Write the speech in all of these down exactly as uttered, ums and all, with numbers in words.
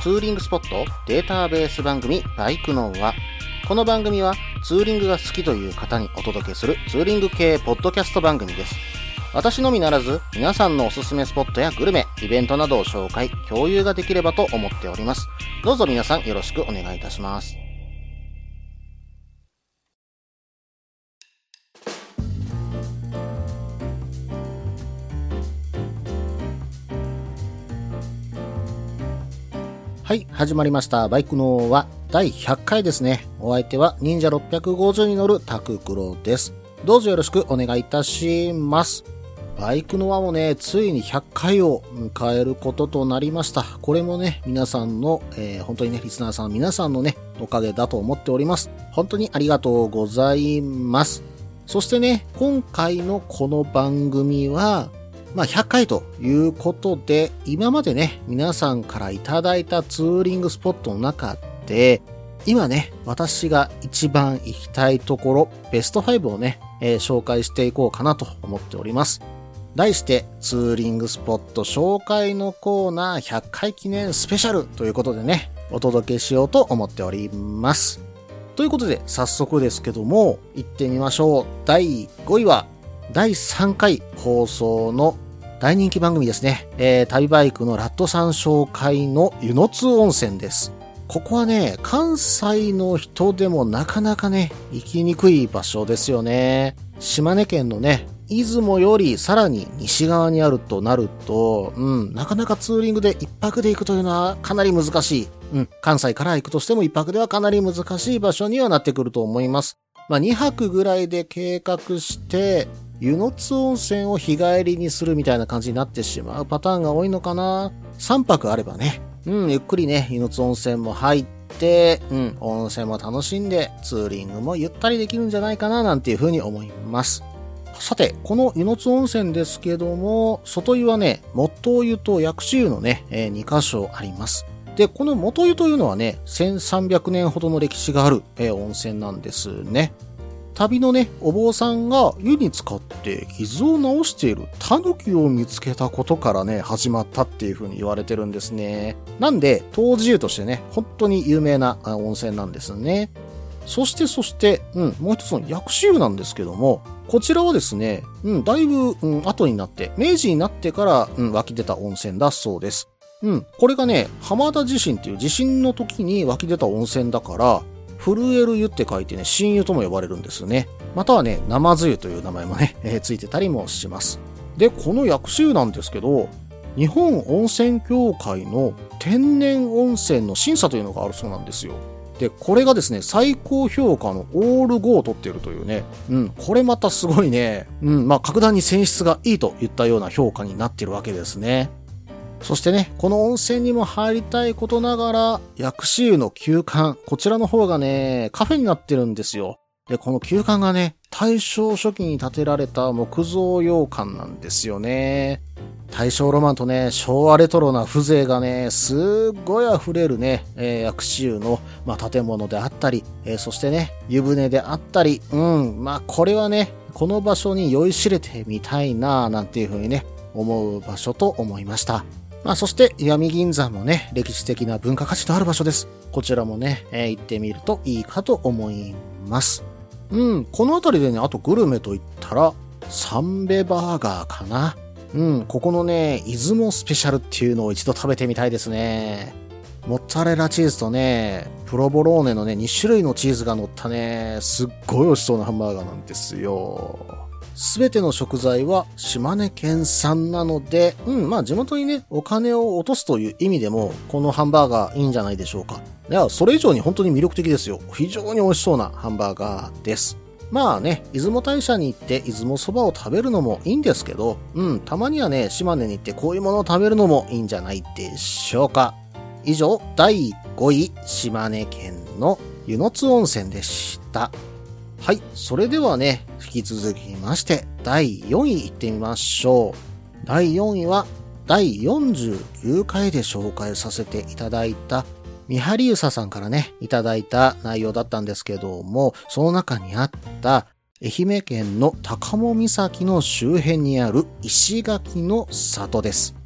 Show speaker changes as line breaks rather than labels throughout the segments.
ツーリングスポットデータベース番組バイクノーは、この番組はツーリングが好きという方にお届けするツーリング系ポッドキャスト番組です。私のみならず皆さんのおすすめスポットやグルメ、イベントなどを紹介、共有ができればと思っております。どうぞ皆さんよろしくお願いいたします。はい、始まりました。バイクノーはだいひゃっかいですね。お相手は忍者ろっぴゃくごじゅうに乗るタククロです。どうぞよろしくお願いいたします。バイクノアもね、ついにひゃっかいを迎えることとなりました。これもね、皆さんの、えー、本当にね、リスナーさん皆さんのね、おかげだと思っております。本当にありがとうございます。そしてね、今回のこの番組は、まあひゃっかいということで、今までね、皆さんからいただいたツーリングスポットの中で、今ね、私が一番行きたいところ、ベストごをね、えー、紹介していこうかなと思っております。題して、ツーリングスポット紹介のコーナーひゃっかい記念スペシャルということでね、お届けしようと思っております。ということで、早速ですけども、行ってみましょう。だいごいは、だいさんかい放送の大人気番組ですね。えー、旅バイクのラットさん紹介の湯の津温泉です。ここはね、関西の人でもなかなかね、行きにくい場所ですよね。島根県のね、出雲よりさらに西側にあるとなると、うん、なかなかツーリングで一泊で行くというのはかなり難しい。うん、関西から行くとしても一泊ではかなり難しい場所にはなってくると思います。まあ、にはくぐらいで計画して、湯の津温泉を日帰りにするみたいな感じになってしまうパターンが多いのかな。さんぱくあればね、うん、ゆっくりね、湯の津温泉も入って、うん、温泉も楽しんで、ツーリングもゆったりできるんじゃないかな、なんていうふうに思います。さて、この湯の津温泉ですけども、外湯はね、元湯と薬師湯のね、えー、にかしょあります。で、この元湯というのはね、せんさんびゃくねんほどの歴史がある、えー、温泉なんですね。旅のね、お坊さんが湯に浸かって傷を治しているタヌキを見つけたことからね、始まったっていう風に言われてるんですね。なんで、湯治湯としてね、本当に有名な温泉なんですね。そしてそして、うん、もう一つの薬師湯なんですけども、こちらはですね、うん、だいぶ、うん、後になって、明治になってから、うん、湧き出た温泉だそうです。うん、これがね、浜田地震っていう地震の時に湧き出た温泉だから、震える湯って書いてね、新湯とも呼ばれるんですね。またはね、生津湯という名前もね、えー、ついてたりもします。で、この薬師湯なんですけど、日本温泉協会の天然温泉の審査というのがあるそうなんですよ。で、これがですね、最高評価のオールごを取っているというね、うん、これまたすごいね、うん、まあ、格段に泉質がいいといったような評価になっているわけですね。そしてね、この温泉にも入りたいことながら、薬師湯の旧館、こちらの方がね、カフェになってるんですよ。で、この旧館がね、大正初期に建てられた木造洋館なんですよね。大正ロマンとね、昭和レトロな風情がね、すっごい溢れるね、えー、薬師湯の、まあ、建物であったり、えー、そしてね、湯船であったり、うん、まあ、これはね、この場所に酔いしれてみたいな、なんていう風にね、思う場所と思いました。まあ、そして、石見銀山もね、歴史的な文化価値のある場所です。こちらもね、えー、行ってみるといいかと思います。うん、この辺りでね、あとグルメといったら、サンベバーガーかな。うん、ここのね、出雲スペシャルっていうのを一度食べてみたいですね。モッツァレラチーズとね、プロボローネのね、にしゅるいのチーズが乗ったね、すっごい美味しそうなハンバーガーなんですよ。すべての食材は島根県産なので、うん、まあ地元にね、お金を落とすという意味でも、このハンバーガーいいんじゃないでしょうか。いや、それ以上に本当に魅力的ですよ。非常に美味しそうなハンバーガーです。まあね、出雲大社に行って出雲そばを食べるのもいいんですけど、うん、たまにはね、島根に行ってこういうものを食べるのもいいんじゃないでしょうか。以上、だいごい、島根県の湯の津温泉でした。はい、それではね、引き続きまして、だいよんい行ってみましょう。だいよんいは、だいよんじゅうきゅうかいで紹介させていただいた、みはりゆささんからね、いただいた内容だったんですけども、その中にあった、愛媛県の高茂岬の周辺にある石垣の里です。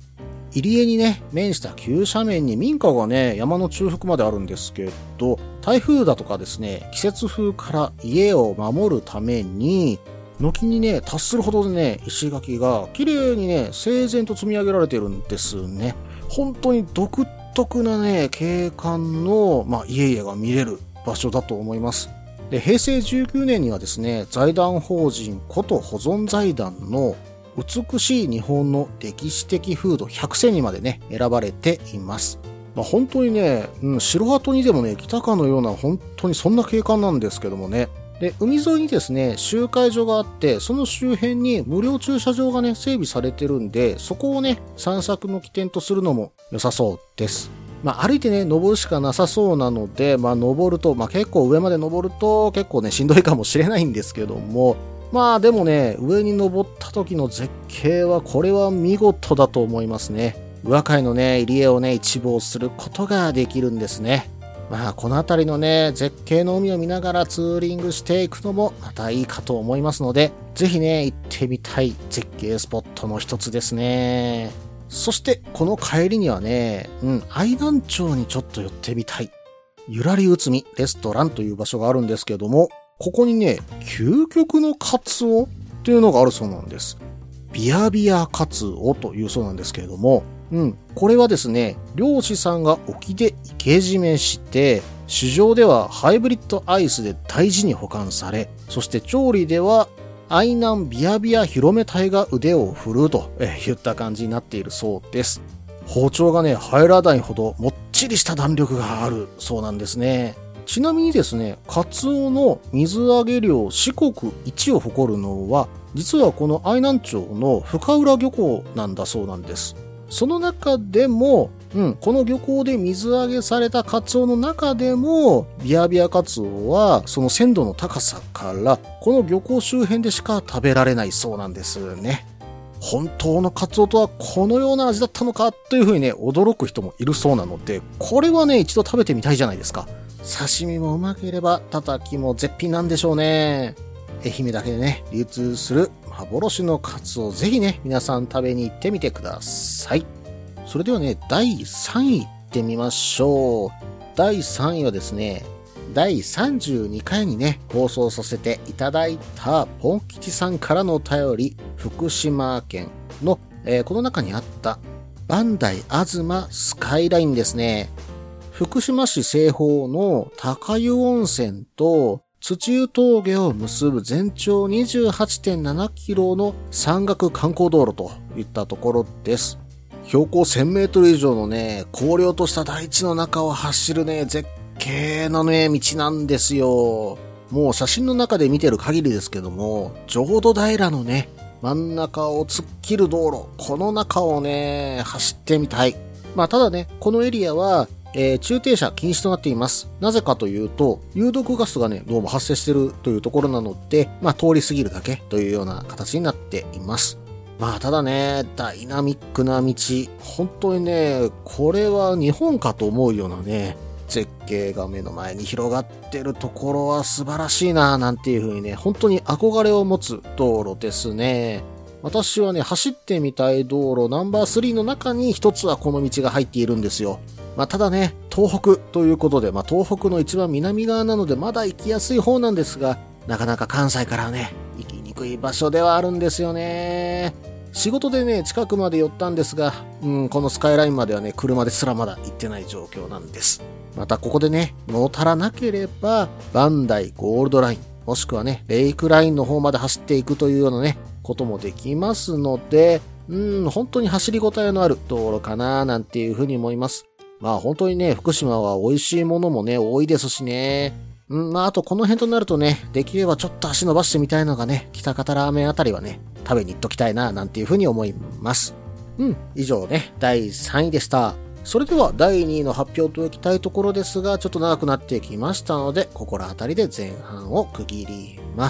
入り江にね、面した急斜面に民家がね、山の中腹まであるんですけど、台風だとかですね、季節風から家を守るために、軒にね、達するほどでね、石垣が綺麗にね、整然と積み上げられているんですね。本当に独特なね、景観の、まあ、家々が見れる場所だと思います。で、へいせいじゅうきゅうねんにはですね、財団法人こと保存財団の美しい日本の歴史的風土ひゃくせんにまでね、選ばれています。まあ、本当にね、うん、城跡にでもね、来たかのような本当にそんな景観なんですけどもね。で、海沿いにですね、集会所があって、その周辺に無料駐車場がね、整備されてるんで、そこをね、散策の起点とするのも良さそうです。まあ、歩いてね、登るしかなさそうなので、まあ、登ると、まあ、結構上まで登ると、結構ね、しんどいかもしれないんですけども、まあ、でもね、上に登った時の絶景は、これは見事だと思いますね。宇和海のね、入り江をね、一望することができるんですね。まあ、この辺りのね、絶景の海を見ながらツーリングしていくのもまたいいかと思いますので、ぜひね、行ってみたい絶景スポットの一つですね。そして、この帰りにはね、うん、愛南町にちょっと寄ってみたい。ゆらりうつみレストランという場所があるんですけども、ここにね、究極のカツオっていうのがあるそうなんです。ビアビアカツオというそうなんですけれども、うん。これはですね、漁師さんが沖で生け締めして、市場ではハイブリッドアイスで大事に保管され、そして調理では愛南ビアビア広め隊が腕を振るうといった感じになっているそうです。包丁がね、入らないほどもっちりした弾力があるそうなんですね。ちなみにですね、カツオの水揚げ量四国一を誇るのは、実はこの愛南町の深浦漁港なんだそうなんです。その中でも、うん、この漁港で水揚げされたカツオの中でも、ビアビアカツオはその鮮度の高さから、この漁港周辺でしか食べられないそうなんですね。本当のカツオとはこのような味だったのかというふうにね、驚く人もいるそうなので、これはね、一度食べてみたいじゃないですか。刺身もうまければ、たたきも絶品なんでしょうね。愛媛だけでね、流通する幻のカツオ、ぜひね、皆さん食べに行ってみてください。それではね、だいさんい行ってみましょう。だいさんいはですね、だいさんじゅうにかいにね、放送させていただいたポン吉さんからのお便り、福島県の、えー、この中にあったバンダイアズマスカイラインですね。福島市西方の高湯温泉と土湯峠を結ぶ全長 にじゅうはちてんななキロの山岳観光道路といったところです。標高せんメートル以上のね、荒涼とした大地の中を走るね、絶景のね、道なんですよ。もう写真の中で見てる限りですけども、浄土平のね、真ん中を突っ切る道路、この中をね、走ってみたい。まあただね、このエリアは、えー、駐停車禁止となっています。なぜかというと、有毒ガスがね、どうも発生しているというところなので、まあ通り過ぎるだけというような形になっています。まあただね、ダイナミックな道、本当にね、これは日本かと思うようなね、絶景が目の前に広がってるところは素晴らしいな、なんていう風にね、本当に憧れを持つ道路ですね。私はね、走ってみたい道路ナンバースリーの中に一つはこの道が入っているんですよ。まあ、ただね、東北ということで、まあ、東北の一番南側なのでまだ行きやすい方なんですが、なかなか関西からはね、行きにくい場所ではあるんですよね。仕事でね、近くまで寄ったんですが、うん、このスカイラインまではね、車ですらまだ行ってない状況なんです。またここでね、物足らなければ、バンダイゴールドライン、もしくはね、レイクラインの方まで走っていくというようなね、こともできますので、うん、本当に走りごたえのある道路かな、なんていうふうに思います。まあ本当にね、福島は美味しいものもね、多いですしね。うん、まああとこの辺となるとね、できればちょっと足伸ばしてみたいのがね、北方ラーメンあたりはね、食べに行っときたいな、なんていうふうに思います。うん、以上ね、だいさんいでした。それではだいにいの発表といきたいところですが、ちょっと長くなってきましたので、ここらあたりで前半を区切ります。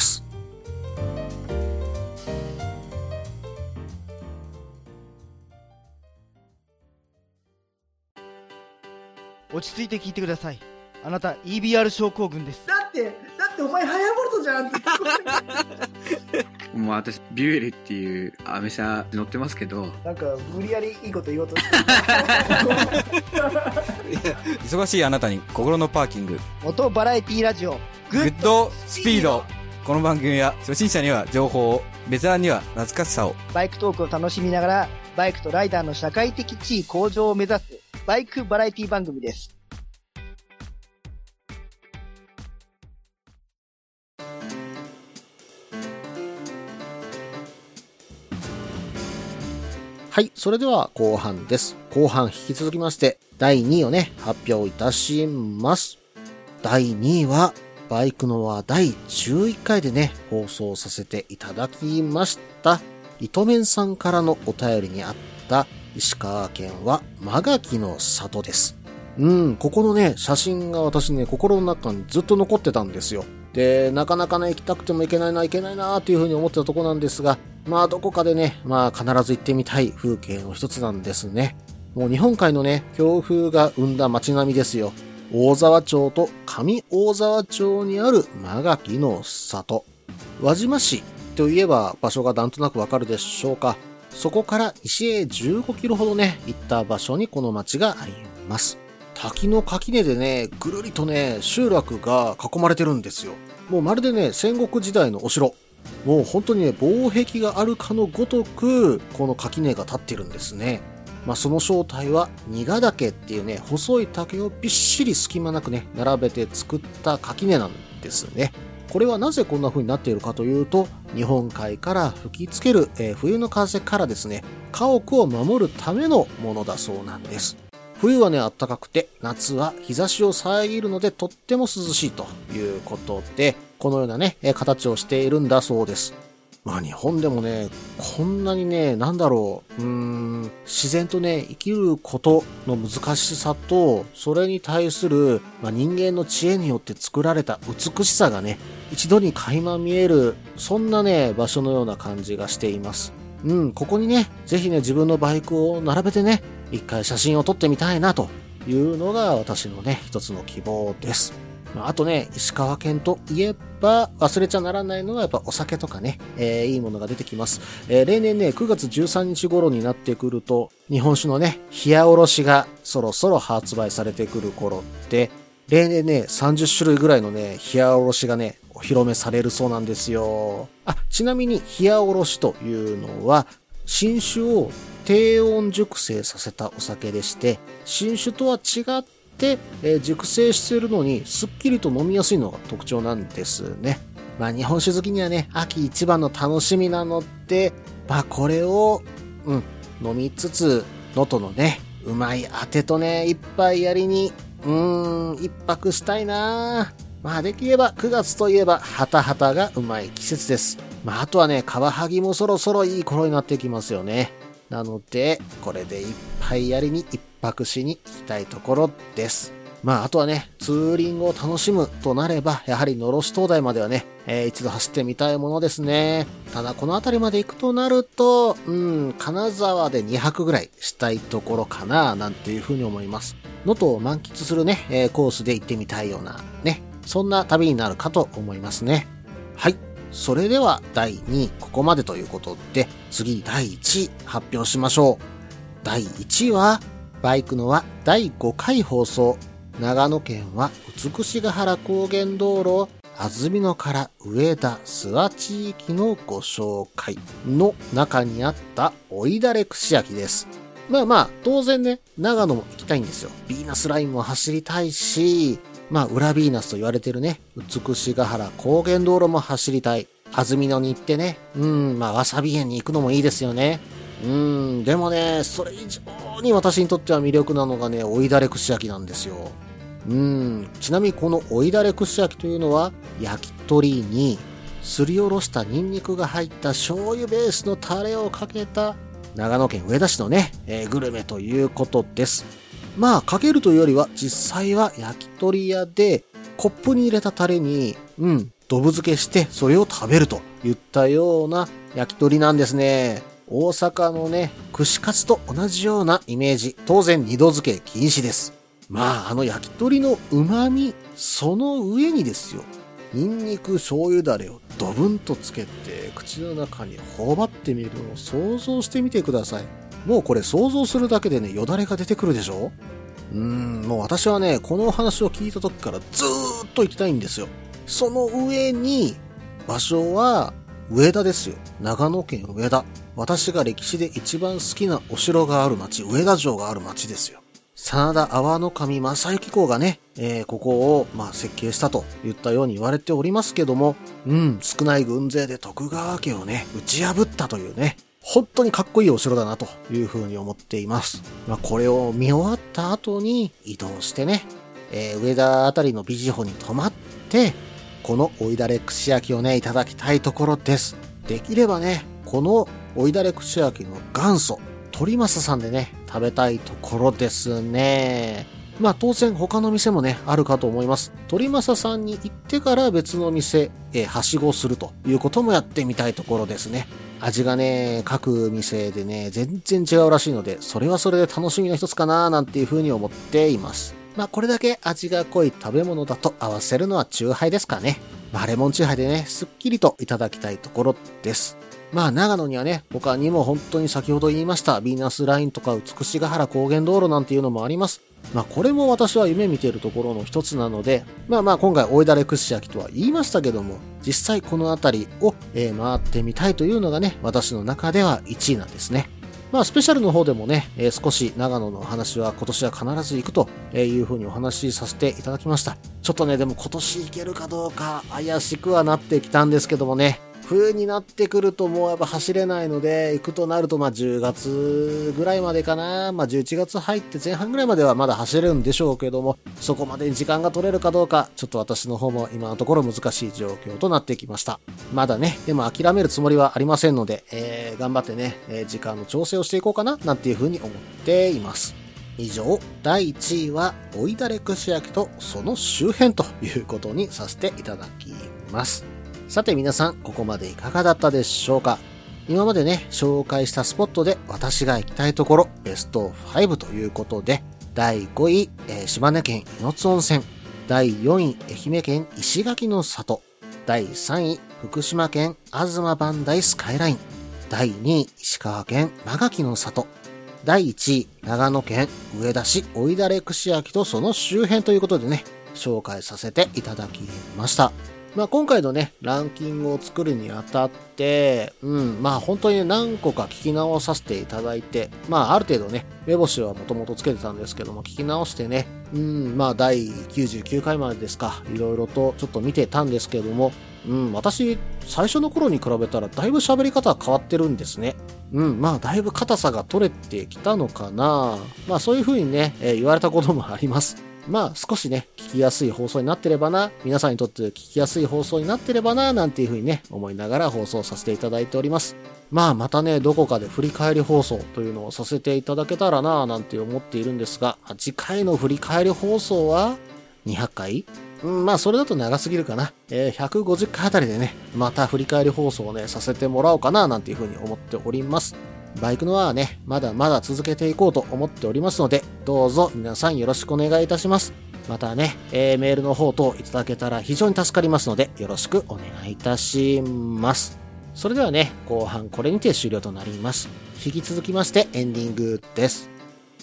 落ち着いて聞いてください。あなた イービーアール 症候群です。
だってだってお前ハヤボルトじゃんってもう私ビュエルっていうアメ車乗ってますけど、
なんか無理やりいいこと言おうとして
忙しいあなたに心のパーキング、
元バラエティラジオ
グッドスピード。この番組は初心者には情報を、ベテランには懐かしさを、
バイクトークを楽しみながらバイクとライダーの社会的地位向上を目指すバイクバラエティ番組です。
はい、それでは後半です。後半引き続きましてだいにいをね発表いたします。だいにいはバイクの輪だいじゅういっかいでね放送させていただきました糸面さんからのお便りにあった石川県は間垣の里です。うん、ここのね写真が私ね心の中にずっと残ってたんですよ。で、なかなかね行きたくても行けないな行けないなっていう風に思ってたとこなんですが、まあどこかでね、まあ必ず行ってみたい風景の一つなんですね。もう日本海のね強風が生んだ街並みですよ。大沢町と上大沢町にある間垣の里。輪島市といえば場所がなんとなくわかるでしょうか。そこから西へじゅうごキロほどね行った場所にこの町があります。滝の垣根でねぐるりとね集落が囲まれてるんですよ。もうまるでね戦国時代のお城、もう本当にね防壁があるかのごとくこの垣根が立ってるんですね。まあその正体は新ヶ岳っていうね細い竹をびっしり隙間なくね並べて作った垣根なんですね。これはなぜこんな風になっているかというと、日本海から吹きつける、えー、冬の風からですね家屋を守るためのものだそうなんです。冬はね暖かくて、夏は日差しを遮るのでとっても涼しいということで、このようなね形をしているんだそうです。まあ日本でもねこんなにねなんだろううーん自然とね生きることの難しさと、それに対する、まあ、人間の知恵によって作られた美しさがね一度に垣間見える、そんなね場所のような感じがしています。うん、ここにねぜひね自分のバイクを並べてね一回写真を撮ってみたいなというのが私のね一つの希望です。まあ、あとね石川県といえば忘れちゃならないのはやっぱお酒とかね、えー、いいものが出てきます。えー、例年ねくがつじゅうさんにち頃になってくると日本酒のね冷やおろしがそろそろ発売されてくる頃で、例年ねさんじゅっしゅるいぐらいのね冷やおろしがねお披露目されるそうなんですよ。あ、ちなみに冷やおろしというのは新酒を低温熟成させたお酒でして、新酒とは違ってで、えー、熟成しているのにすっきりと飲みやすいのが特徴なんですね。まあ日本酒好きにはね秋一番の楽しみなので、まあこれをうん飲みつつ能登のねうまいあてとね一杯やりにうーん一泊したいな。まあできればくがつといえばハタハタがうまい季節です。まああとはねカワハギもそろそろいい頃になってきますよね。なのでこれで一杯やりに一泊しに行きたいところです。まああとはねツーリングを楽しむとなればやはりのろし灯台まではね、えー、一度走ってみたいものですね。ただこの辺りまで行くとなるとうん金沢でにはくぐらいしたいところかななんていうふうに思います。能登を満喫するね、えー、コースで行ってみたいようなねそんな旅になるかと思いますね。はい、それではだいにいここまでということで、次だいいちい発表しましょう。だいいちいはバイクのはだいごかい放送、長野県は美ヶ原高原道路安曇野から上田諏訪地域のご紹介の中にあった追いだれ串焼きです。まあまあ当然ね長野も行きたいんですよ。ビーナスラインも走りたいし、まあ裏ビーナスと言われてるね美ヶ原高原道路も走りたい。安曇野に行ってね、うんまあわさび園に行くのもいいですよね。うん、でもね、それ以上に私にとっては魅力なのがね、追いだれ串焼きなんですよ。うん、ちなみにこの追いだれ串焼きというのは、焼き鳥にすりおろしたニンニクが入った醤油ベースのタレをかけた長野県上田市のね、えー、グルメということです。まあ、かけるというよりは、実際は焼き鳥屋でコップに入れたタレに、うん、どぶ漬けしてそれを食べるといったような焼き鳥なんですね。大阪のね、串カツと同じようなイメージ。当然二度漬け禁止です。まあ、あの焼き鳥の旨味、その上にですよ。 ニンニク醤油だれをドブンとつけて口の中に頬張ってみるのを想像してみてください。もうこれ想像するだけでね、よだれが出てくるでしょ。うーん、もう私はね、このお話を聞いた時からずーっと行きたいんですよ。その上に、場所は上田ですよ。長野県上田。私が歴史で一番好きなお城がある町、上田城がある町ですよ。真田阿波の神正幸公がね、えー、ここを、まあ、設計したと言ったように言われておりますけども、うん、少ない軍勢で徳川家をね、打ち破ったというね、本当にかっこいいお城だなというふうに思っています。まあ、これを見終わった後に移動してね、えー、上田あたりの美女に泊まって、この追いだれ串焼きをね、いただきたいところです。できればね、この追いだれ串焼きの元祖、鳥政さんでね、食べたいところですね。まあ当然他の店もね、あるかと思います。鳥政さんに行ってから別の店、えー、はしごするということもやってみたいところですね。味がね、各店でね、全然違うらしいので、それはそれで楽しみの一つかななんていうふうに思っています。まあこれだけ味が濃い食べ物だと合わせるのはチューハイですかね。まあレモンチューハイでね、すっきりといただきたいところです。まあ長野にはね、他にも本当に先ほど言いました、ヴィーナスラインとか美しが原高原道路なんていうのもあります。まあこれも私は夢見ているところの一つなので、まあまあ今回追いだれ串焼きとは言いましたけども、実際この辺りを、えー、回ってみたいというのがね、私の中ではいちいなんですね。まあスペシャルの方でもね、えー、少し長野の話は今年は必ず行くというふうにお話しさせていただきました。ちょっとね、でも今年行けるかどうか怪しくはなってきたんですけどもね、冬になってくるともうやっぱ走れないので、行くとなるとまあじゅうがつぐらいまでかな。まあじゅういちがつ入って前半ぐらいまではまだ走れるんでしょうけども、そこまでに時間が取れるかどうか、ちょっと私の方も今のところ難しい状況となってきました。まだね、でも諦めるつもりはありませんので、えー、頑張ってね、えー、時間の調整をしていこうかな、なんていうふうに思っています。以上、だいいちいは追いだれ串焼きとその周辺ということにさせていただきます。さて皆さん、ここまでいかがだったでしょうか。今までね、紹介したスポットで私が行きたいところ、ベストごということで、だいごい、えー、島根県猪津温泉、だいよんい、愛媛県石垣の里、だいさんい、福島県東磐梯スカイライン、だいにい、石川県間垣の里、だいいちい、長野県上田市追いだれ串焼きとその周辺ということでね、紹介させていただきました。まあ今回のね、ランキングを作るにあたって、うん、まあ本当に何個か聞き直させていただいて、まあある程度ね、目星はもともとつけてたんですけども、聞き直してね、うん、まあだいきゅうじゅうきゅうかいまでですか、いろいろとちょっと見てたんですけども、うん、私、最初の頃に比べたらだいぶ喋り方は変わってるんですね。うん、まあだいぶ硬さが取れてきたのかな。まあそういう風にね、えー、言われたこともあります。まあ少しね、聞きやすい放送になってればな、皆さんにとって聞きやすい放送になってればな、なんていう風にね、思いながら放送させていただいております。まあまたね、どこかで振り返り放送というのをさせていただけたらな、なんて思っているんですが、次回の振り返り放送はにひゃっかい？うん、まあそれだと長すぎるかな。えー、ひゃくごじゅっかいあたりでね、また振り返り放送をね、させてもらおうかな、なんていう風に思っております。バイクの輪はね、まだまだ続けていこうと思っておりますので、どうぞ皆さんよろしくお願いいたします。またね、えー、メールの方等いただけたら非常に助かりますので、よろしくお願いいたします。それではね、後半これにて終了となります。引き続きましてエンディングです。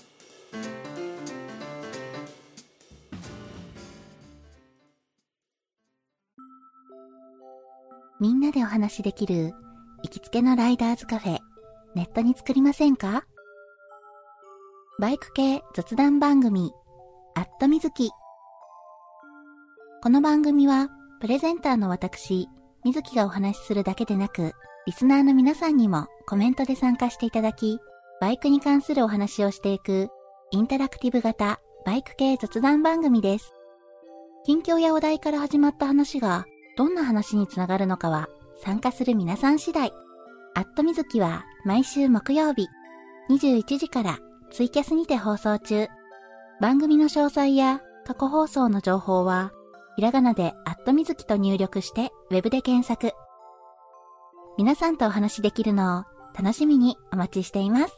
みんなでお話しできる行きつけのライダーズカフェ、ネットに作りませんか？バイク系雑談番組、アットみずき。この番組はプレゼンターの私、みずきがお話しするだけでなく、リスナーの皆さんにもコメントで参加していただき、バイクに関するお話をしていくインタラクティブ型バイク系雑談番組です。近況やお題から始まった話がどんな話につながるのかは参加する皆さん次第。アットみずきは毎週木曜日にじゅういちじからツイキャスにて放送中。番組の詳細や過去放送の情報はひらがなでアットみずきと入力してウェブで検索。皆さんとお話しできるのを楽しみにお待ちしています。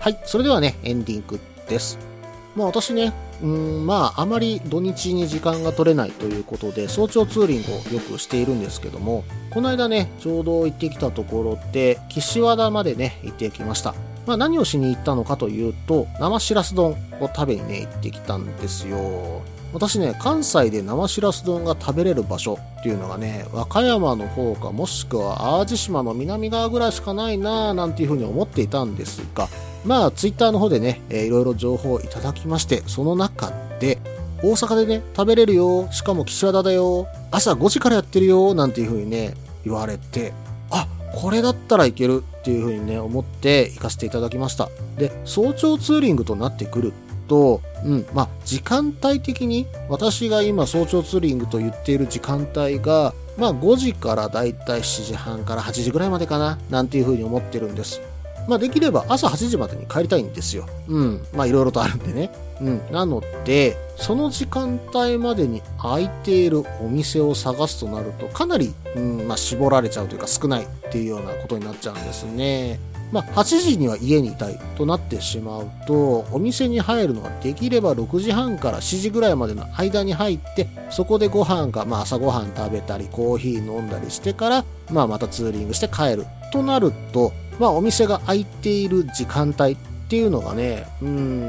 はい、それではね、エンディングです。まあ私ね、うーん、まああまり土日に時間が取れないということで、早朝ツーリングをよくしているんですけども、この間ね、ちょうど行ってきたところで、岸和田までね、行ってきました。まあ何をしに行ったのかというと、生しらす丼を食べにね、行ってきたんですよ。私ね、関西で生しらす丼が食べれる場所っていうのがね、和歌山の方かもしくは淡路島の南側ぐらいしかないなぁなんていうふうに思っていたんですが、まあツイッターの方でね、えー、いろいろ情報をいただきまして、その中で大阪でね、食べれるよ、しかも岸和田だよ、朝ごじからやってるよなんていうふうにね、言われて、あ、これだったらいけるっていうふうにね、思って行かせていただきました。で、早朝ツーリングとなってくると、うん、まあ、時間帯的に、私が今早朝ツーリングと言っている時間帯が、まあごじからだいたいしちじはんからはちじぐらいまでかな、なんていうふうに思ってるんです。まあできれば朝はちじまでに帰りたいんですよ。うん。まあいろいろとあるんでね。うん。なので、その時間帯までに空いているお店を探すとなると、かなり、うん、まあ絞られちゃうというか少ないっていうようなことになっちゃうんですね。まあはちじには家にいたいとなってしまうと、お店に入るのはできればろくじはんからしちじぐらいまでの間に入って、そこでご飯か、まあ朝ご飯食べたり、コーヒー飲んだりしてから、まあまたツーリングして帰るとなると、まあお店が開いている時間帯っていうのがね、うん、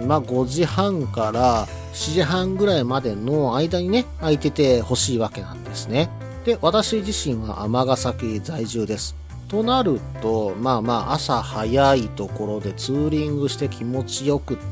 まあごじはんからしちじはんぐらいまでの間にね、空いてて欲しいわけなんですね。で、私自身は尼崎在住です。となると、まあまあ朝早いところでツーリングして気持ちよくって、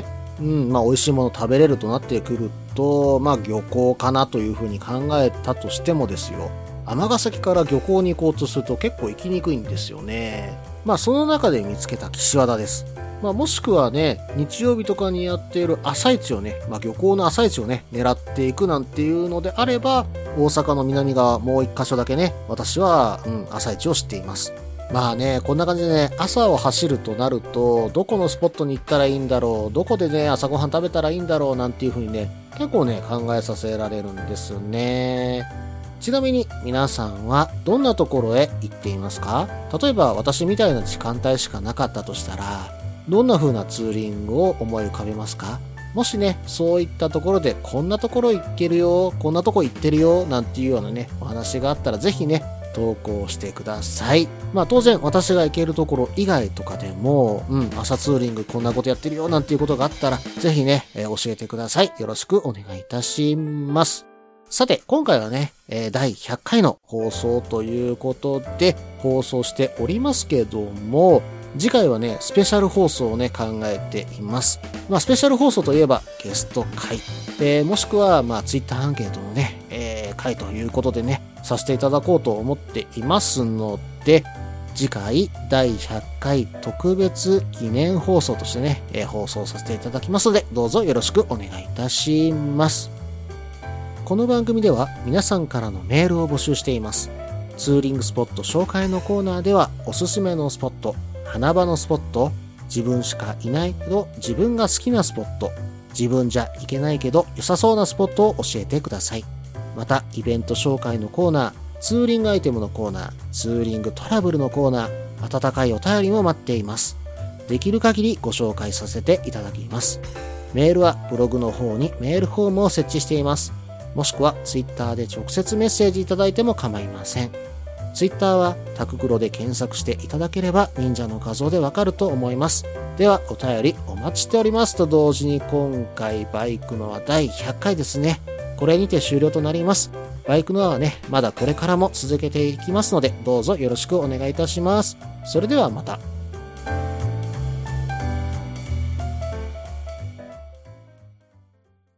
うん、まあ美味しいもの食べれるとなってくると、まあ漁港かなというふうに考えたとしてもですよ。尼崎から漁港に行こうとすると結構行きにくいんですよね。まあその中で見つけた岸和田です。まあもしくはね、日曜日とかにやっている朝市をね、まあ漁港の朝市をね、狙っていくなんていうのであれば、大阪の南側もう一箇所だけね、私は、うん、朝市を知っています。まあね、こんな感じでね、朝を走るとなると、どこのスポットに行ったらいいんだろう、どこでね、朝ごはん食べたらいいんだろうなんていう風にね、結構ね、考えさせられるんですね。ちなみに皆さんはどんなところへ行っていますか？例えば私みたいな時間帯しかなかったとしたら、どんな風なツーリングを思い浮かべますか？もしね、そういったところでこんなところ行けるよ、こんなとこ行ってるよ、なんていうようなね、お話があったらぜひね、投稿してください。まあ当然私が行けるところ以外とかでも、うん、朝ツーリングこんなことやってるよなんていうことがあったら、ぜひね、えー、教えてください。よろしくお願いいたします。さて、今回はね、えー、だいひゃっかいの放送ということで放送しておりますけども、次回はね、スペシャル放送をね、考えています。まあ、スペシャル放送といえばゲスト会、えー、もしくは、まあ、ツイッターアンケートのね、えー、会ということでね、させていただこうと思っていますので、次回だいひゃっかい特別記念放送としてね、えー、放送させていただきますので、どうぞよろしくお願いいたします。この番組では皆さんからのメールを募集しています。ツーリングスポット紹介のコーナーではおすすめのスポット、花場のスポット、自分しかいないけど自分が好きなスポット、自分じゃ行けないけど良さそうなスポットを教えてください。またイベント紹介のコーナー、ツーリングアイテムのコーナー、ツーリングトラブルのコーナー、温かいお便りも待っています。できる限りご紹介させていただきます。メールはブログの方にメールフォームを設置しています。もしくはツイッターで直接メッセージいただいても構いません。ツイッターはタククロで検索していただければ忍者の画像でわかると思います。ではお便りお待ちしておりますと同時に今回バイクのはだいひゃっかいですね。これにて終了となります。バイクのはね、まだこれからも続けていきますのでどうぞよろしくお願いいたします。それではまた。